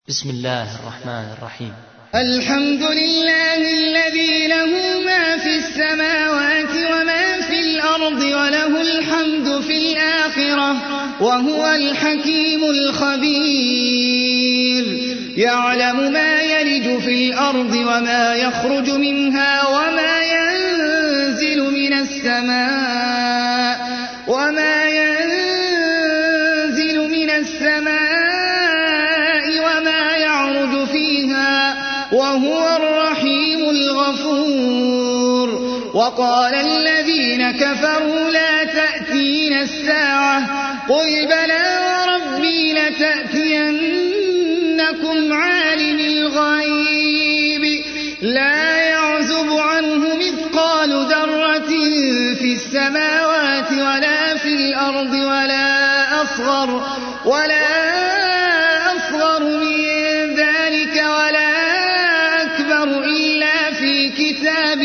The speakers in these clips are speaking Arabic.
بسم الله الرحمن الرحيم. الحمد لله الذي له ما في السماوات وما في الأرض وله الحمد في الآخرة وهو الحكيم الخبير. يعلم ما يلج في الأرض وما يخرج منها وما ينزل من السماء وما يعرج فيها وهو الرحيم الغفور. وقال الذين كفروا لا تأتينا الساعة قل بلى وربي لتأتينكم عالم الغيب لا يعزب عنه مثقال ذرة في السماوات ولا في الأرض ولا أصغر من ذلك ولا أكبر إلا في كتاب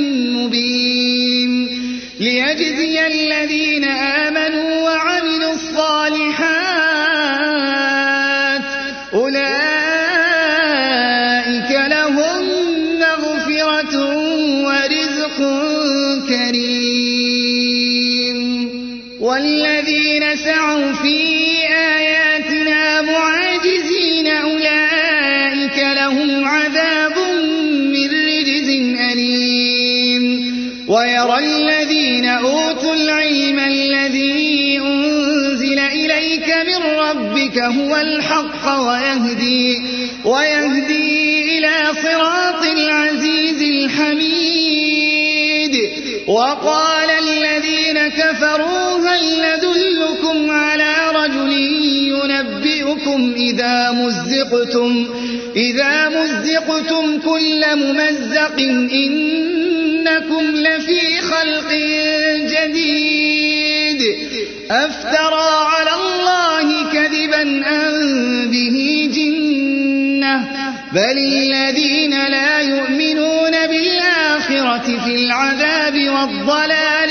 مبين ليجزي الذين آمنوا وعملوا الصالحات أولئك لهم مغفرة ورزق كريم. والذين سعوا في آياتنا معاجزين أولئك لهم عذاب من رجز أليم. ويرى الذين أوتوا العلم الذي أنزل إليك من ربك هو الحق ويهدي إلى صراط العزيز الحميد. وقال الذين كفروا هل ندلكم على رجل ينبئكم إذا مزقتم كل ممزق إنكم لفي خلق جديد أفترى على الله كذبا أم به جنة بل الذين لا يؤمنون بالآخرة في العذاب والضلال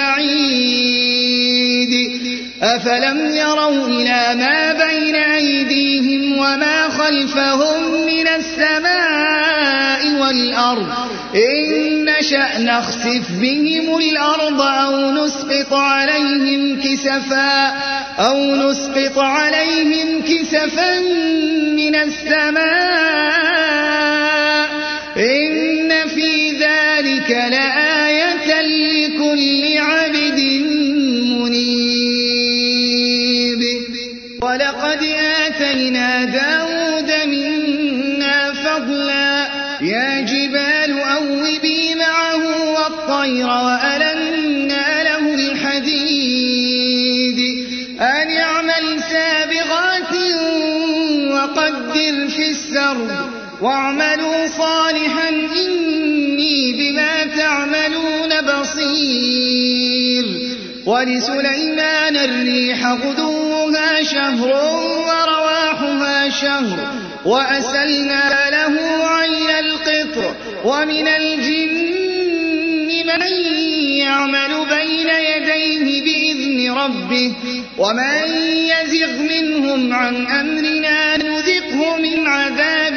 البعيد. أفلم يروا إلى ما بين أيديهم وما خلفهم من السماء والأرض إن نشأ نخسف بهم الأرض أو نسقط عليهم كسفا من السماء إن في ذلك لآية لكل عبد منيب. ولقد آتينا داود منا فضلا يا جبال أوبي معه والطير وألنا له الحديد أن يعمل سابغات وقدر في السرد واعملوا صالحا إني بما تعملون بصير. ولسليمان الريح غدوها شهر ورواحها شهر وأسلنا له عين القطر. ومن الجن من يعمل بين يديه بإذن ربه ومن يزغ منهم عن أمرنا نذقه من عذاب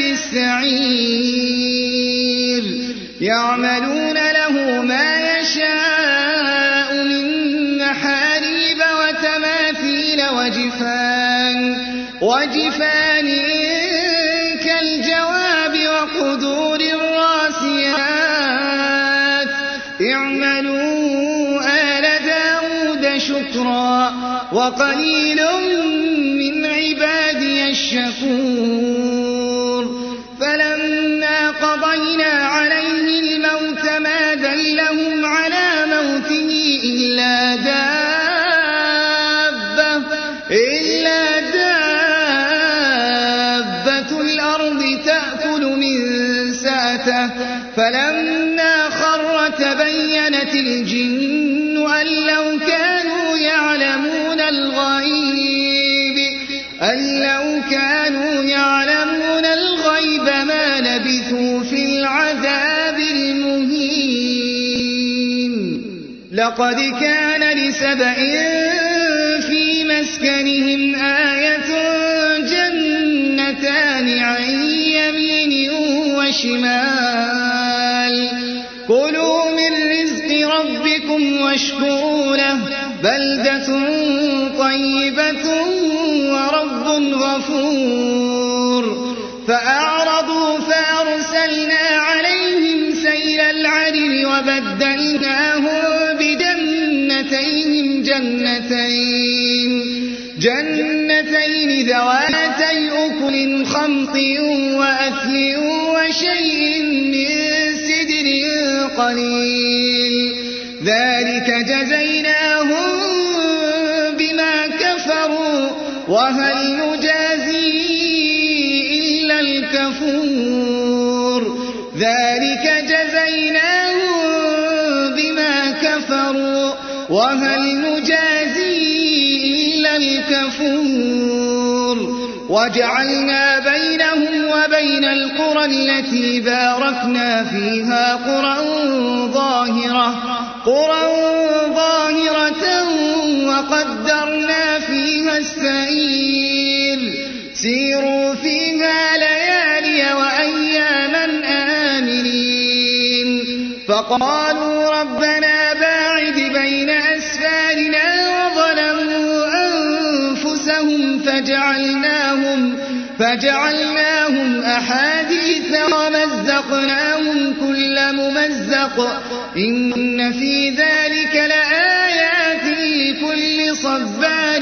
السعير. يعملون له ما يشاء من محاريب وتماثيل وجفان كالجواب وقدور الراسيات اعملوا آل داود شكرا وقليل من عبادي الشكور. فلما قضينا عليه الموت ما دلهم على موته إلا دابة الأرض تأكل من سأته فلما خر تبينت الجن أن لو كانوا يعلمون الغيب ما لبثوا في العذاب المهين. لقد كان لسبإ في مسكنهم آية جنتان وشمال كلوا من رزق ربكم واشكروا له بلدة طيبة ورب غفور فأعرضوا فأرسلنا عليهم سيل العرم وبدلناهم بجنتين جنتين ذواتي أكل خمط وأثل وشيء من سدر قليل ذلك جزيناهم بما كفروا وهل نجازي إلا الكفور ذلك جزيناهم بما كفروا وهل نجازي إلا الكفور وجعلنا بينهم وبين القرى التي باركنا فيها قرى ظاهرة وقدرنا فيها السير سيروا فيها ليالي وأياما آمنين فقالوا ربنا باعد بين أسفارنا وظلموا أنفسهم فجعلناهم أحاديث ومزقناهم كل ممزق إن في ذلك لآيات لكل صبار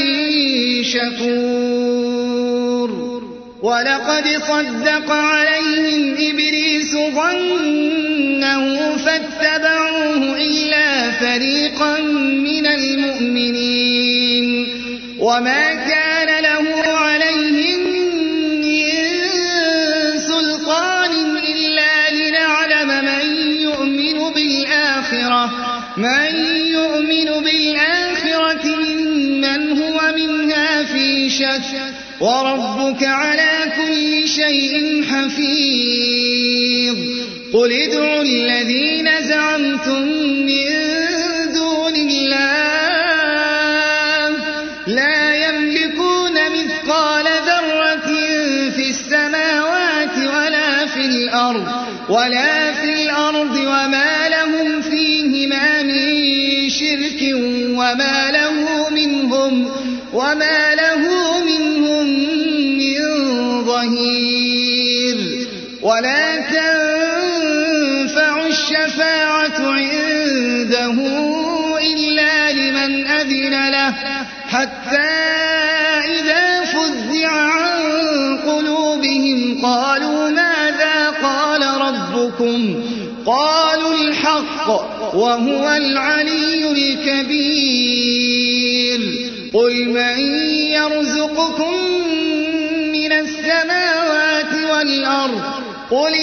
شكور ولقد صدق عليهم إبليس ظنه فاتبعوه إلا فريقا من المؤمنين وما كان له عليهم من سلطان إلا لنعلم من يؤمن بالآخرة ممن هو منها في شك وربك على كل شيء حفيظ قل ادعوا الذين زعمتم من دون الله لا يملكون مثقال ذرة في السماوات ولا في الأرض وما لهم فيهما من شرك وما له منهم من ظهير ولا تنفع الشفاعة عنده إلا لمن أذن له حتى إذا فزع عن قلوبهم قالوا ماذا قال ربكم قالوا الحق وهو العلي الكبير قل من يرزقكم من السماوات والأرض قل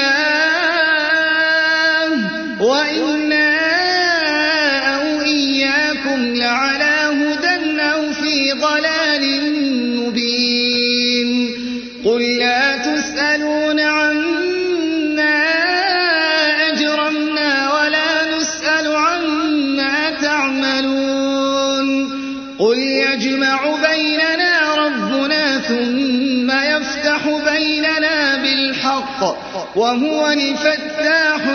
الله وإنا أو إياكم لعلى هدى أو في ضلال مبين قل لا تسألون عما أجرمنا ولا نسأل عما تعملون قل يجمع بيننا ربنا ثم يفتح بيننا بالحق وهو الفتاح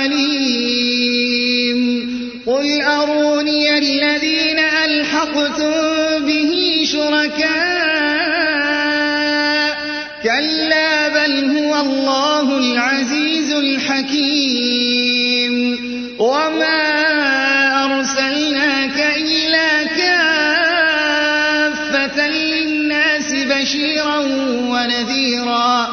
العليم قل أروني الذين ألحقتم به شركاء كلا بل هو الله العزيز الحكيم وما أرسلناك إلا كافة للناس بشيرا ونذيرا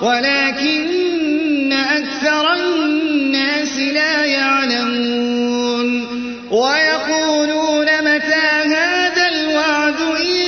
ولكن أكثر الناس لا يعلمون ويقولون متى هذا الوعد إن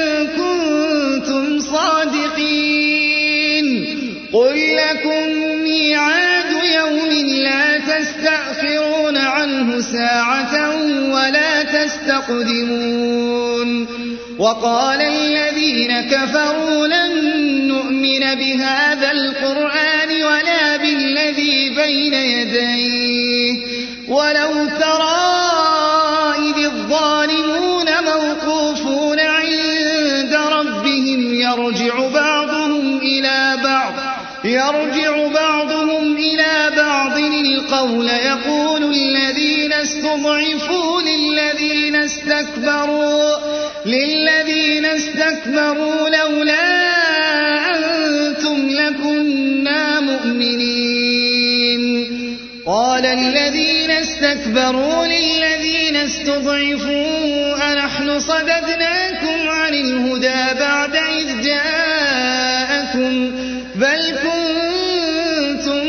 كنتم صادقين قل لكم ميعاد يوم لا تستأخرون عنه ساعة ولا تستقدمون وقال الذين كفروا لن نؤمن بهذا القرآن ولا بالذي بين يديه ولو ترى إذ الظالمون موقوفون عند ربهم يرجع بعضهم إلى بعض يرجع بعضهم إلى بعض القول يقول الذين استضعفوا للذين استكبروا لولا أنتم لكنا مؤمنين قال الذين استكبروا للذين استضعفوا أنحن صددناكم عن الهدى بعد إذ جاءكم بل كنتم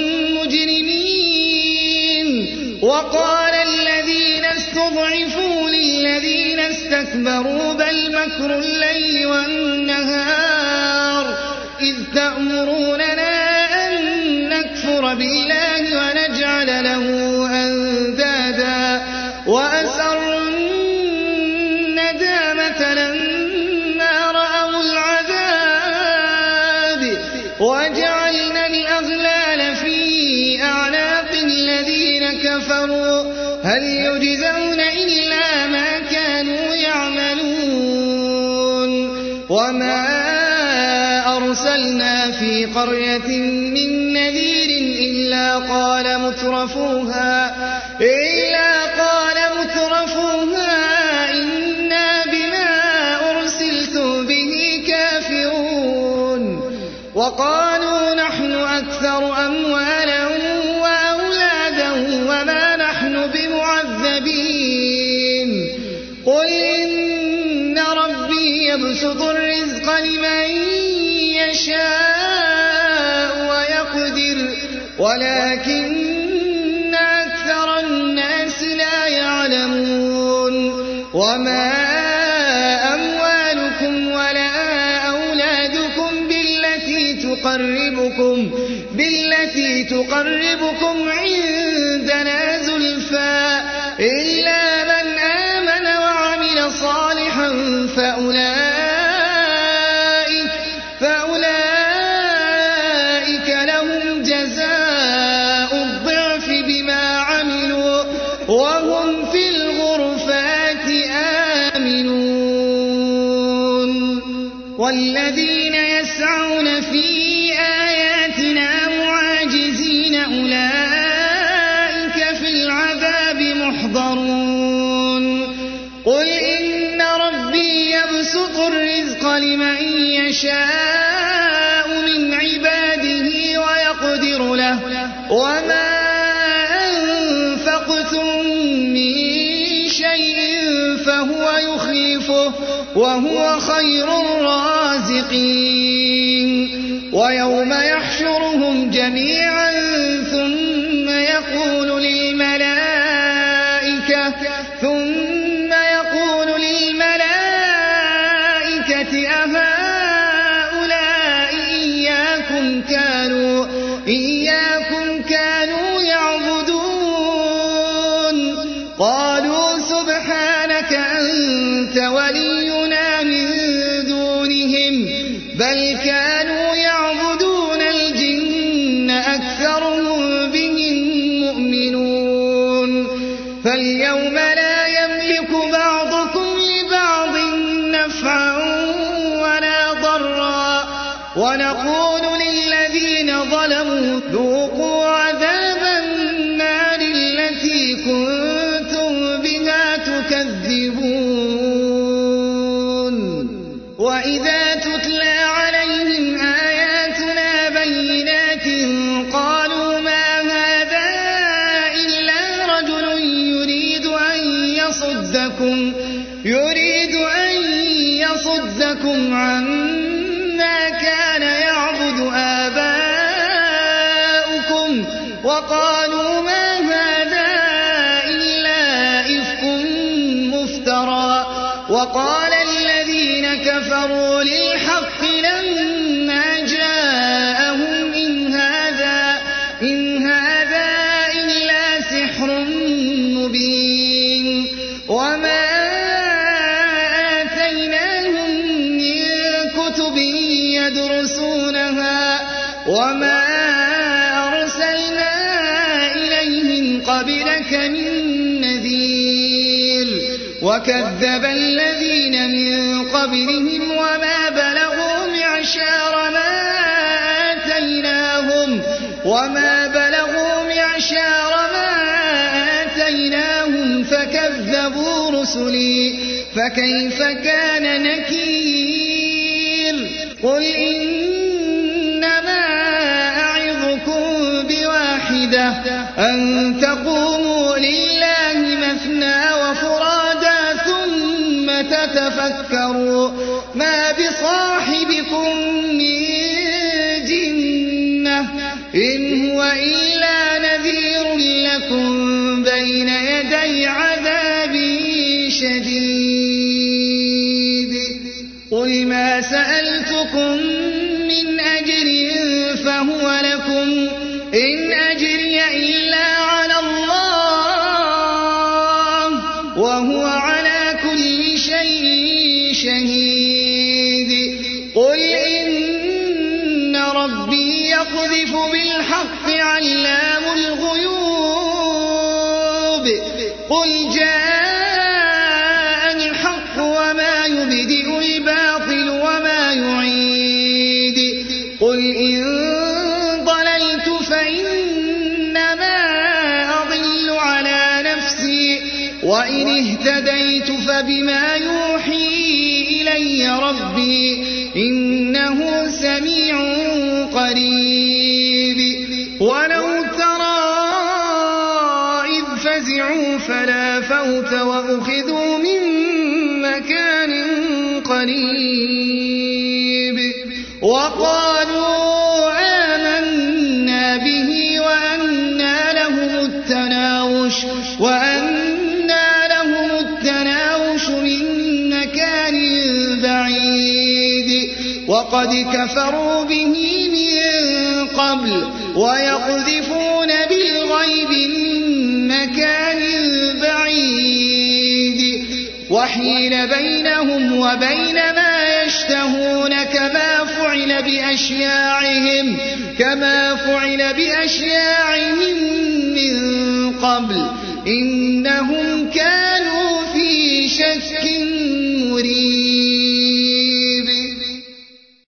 مجرمين وقال الذين استضعفوا للذين استكبروا بل مكر الليل والنهار إذ تأمروننا أن نكفر بالله ونجعل له أندادا وأسروا الندامة لما رأوا العذاب وجعلنا الأغلال في أعناق الذين كفروا هل يجزون إلا ما كانوا يعملون وما أرسلنا في قرية من نذير إلا قال مترفوها إنا بما أرسلتم به كافرون وقالوا نحن أكثر أموالا وأولادا وما نحن بمعذبين قل إن ربي يبسط الرزق لمن يشاء ويقدر ولكن أكثر الناس لا يعلمون وما أموالكم ولا أولادكم بالتي تقربكم عندنا زلفى إلا من آمن وعمل صالحا فأولئك لهم جزاء الضعف بما عملوا وهم في الغرفات آمنون والذين يسعون في آياتنا معاجزين أولئك في العذاب محضرون قل إن ربي يبسط الرزق لمن يشاء من عباده ويقدر له وما أنفقتم من شيء فهو يخلفه وهو خير الرازقين ويوم يحشرهم جميعا ثم يقول للملائكة أهؤلاء إياكم كانوا يعبدون قالوا سبحانك أنت ولينا من دونهم بل كانوا يعبدون الجن أكثرهم بهم مؤمنون فاليوم لا يملك بعضكم لبعض نفعا ولا ضرا ونقول للذين ظلموا ذوقوا عذاب النار التي كنتم بها تكذبون وإذا تتلى عليهم آياتنا بينات قالوا ما هذا إلا رجل يريد أن يصدكم عما كان يعبد آباؤكم وقالوا ما هذا إلا إفك مفترى وقال الذين كفروا للحق لما جاءهم إن هذا إلا سحر مبين وما آتيناهم من كتب يدرسونها وما أرسلنا إليهم قبلك من نذير وكذب الذين من قبلهم وما بلغوا معشار ما آتيناهم وما بلغوا معشار ما آتيناهم فكذبوا رسلي فكيف كان نكير قل إنما أعظكم بواحدة أن تقوموا لله مثنى وفرادا ثم تتفكروا ما بصاحبكم من جنة إن هو إلا نذير لكم بين يدي عذاب شديد قل ما سألتكم من أجر فهو لكم إن أجري إلا على الله وهو على كل شيء شهيد قل إن ربي يقذف بالحق علام الغيوب قل جاء الحق وما يبدئ الباطل وما يعيد قل إن ضللت فإنما أضل على نفسي وإن اهتديت فبما يوحي إلي ربي إنه سميع قريب ولو ترى إذ فزعوا فلا فوت وأخذوا من مكان قريب وقالوا آمنا به وأنى لهم التناوش من مكان بعيد وقد كفروا به من قبل ويقذفون بالغيب من مكان بعيد وحيل بينهم وبين ما يشتهون كما فعل بأشياعهم من قبل إنهم كانوا في شك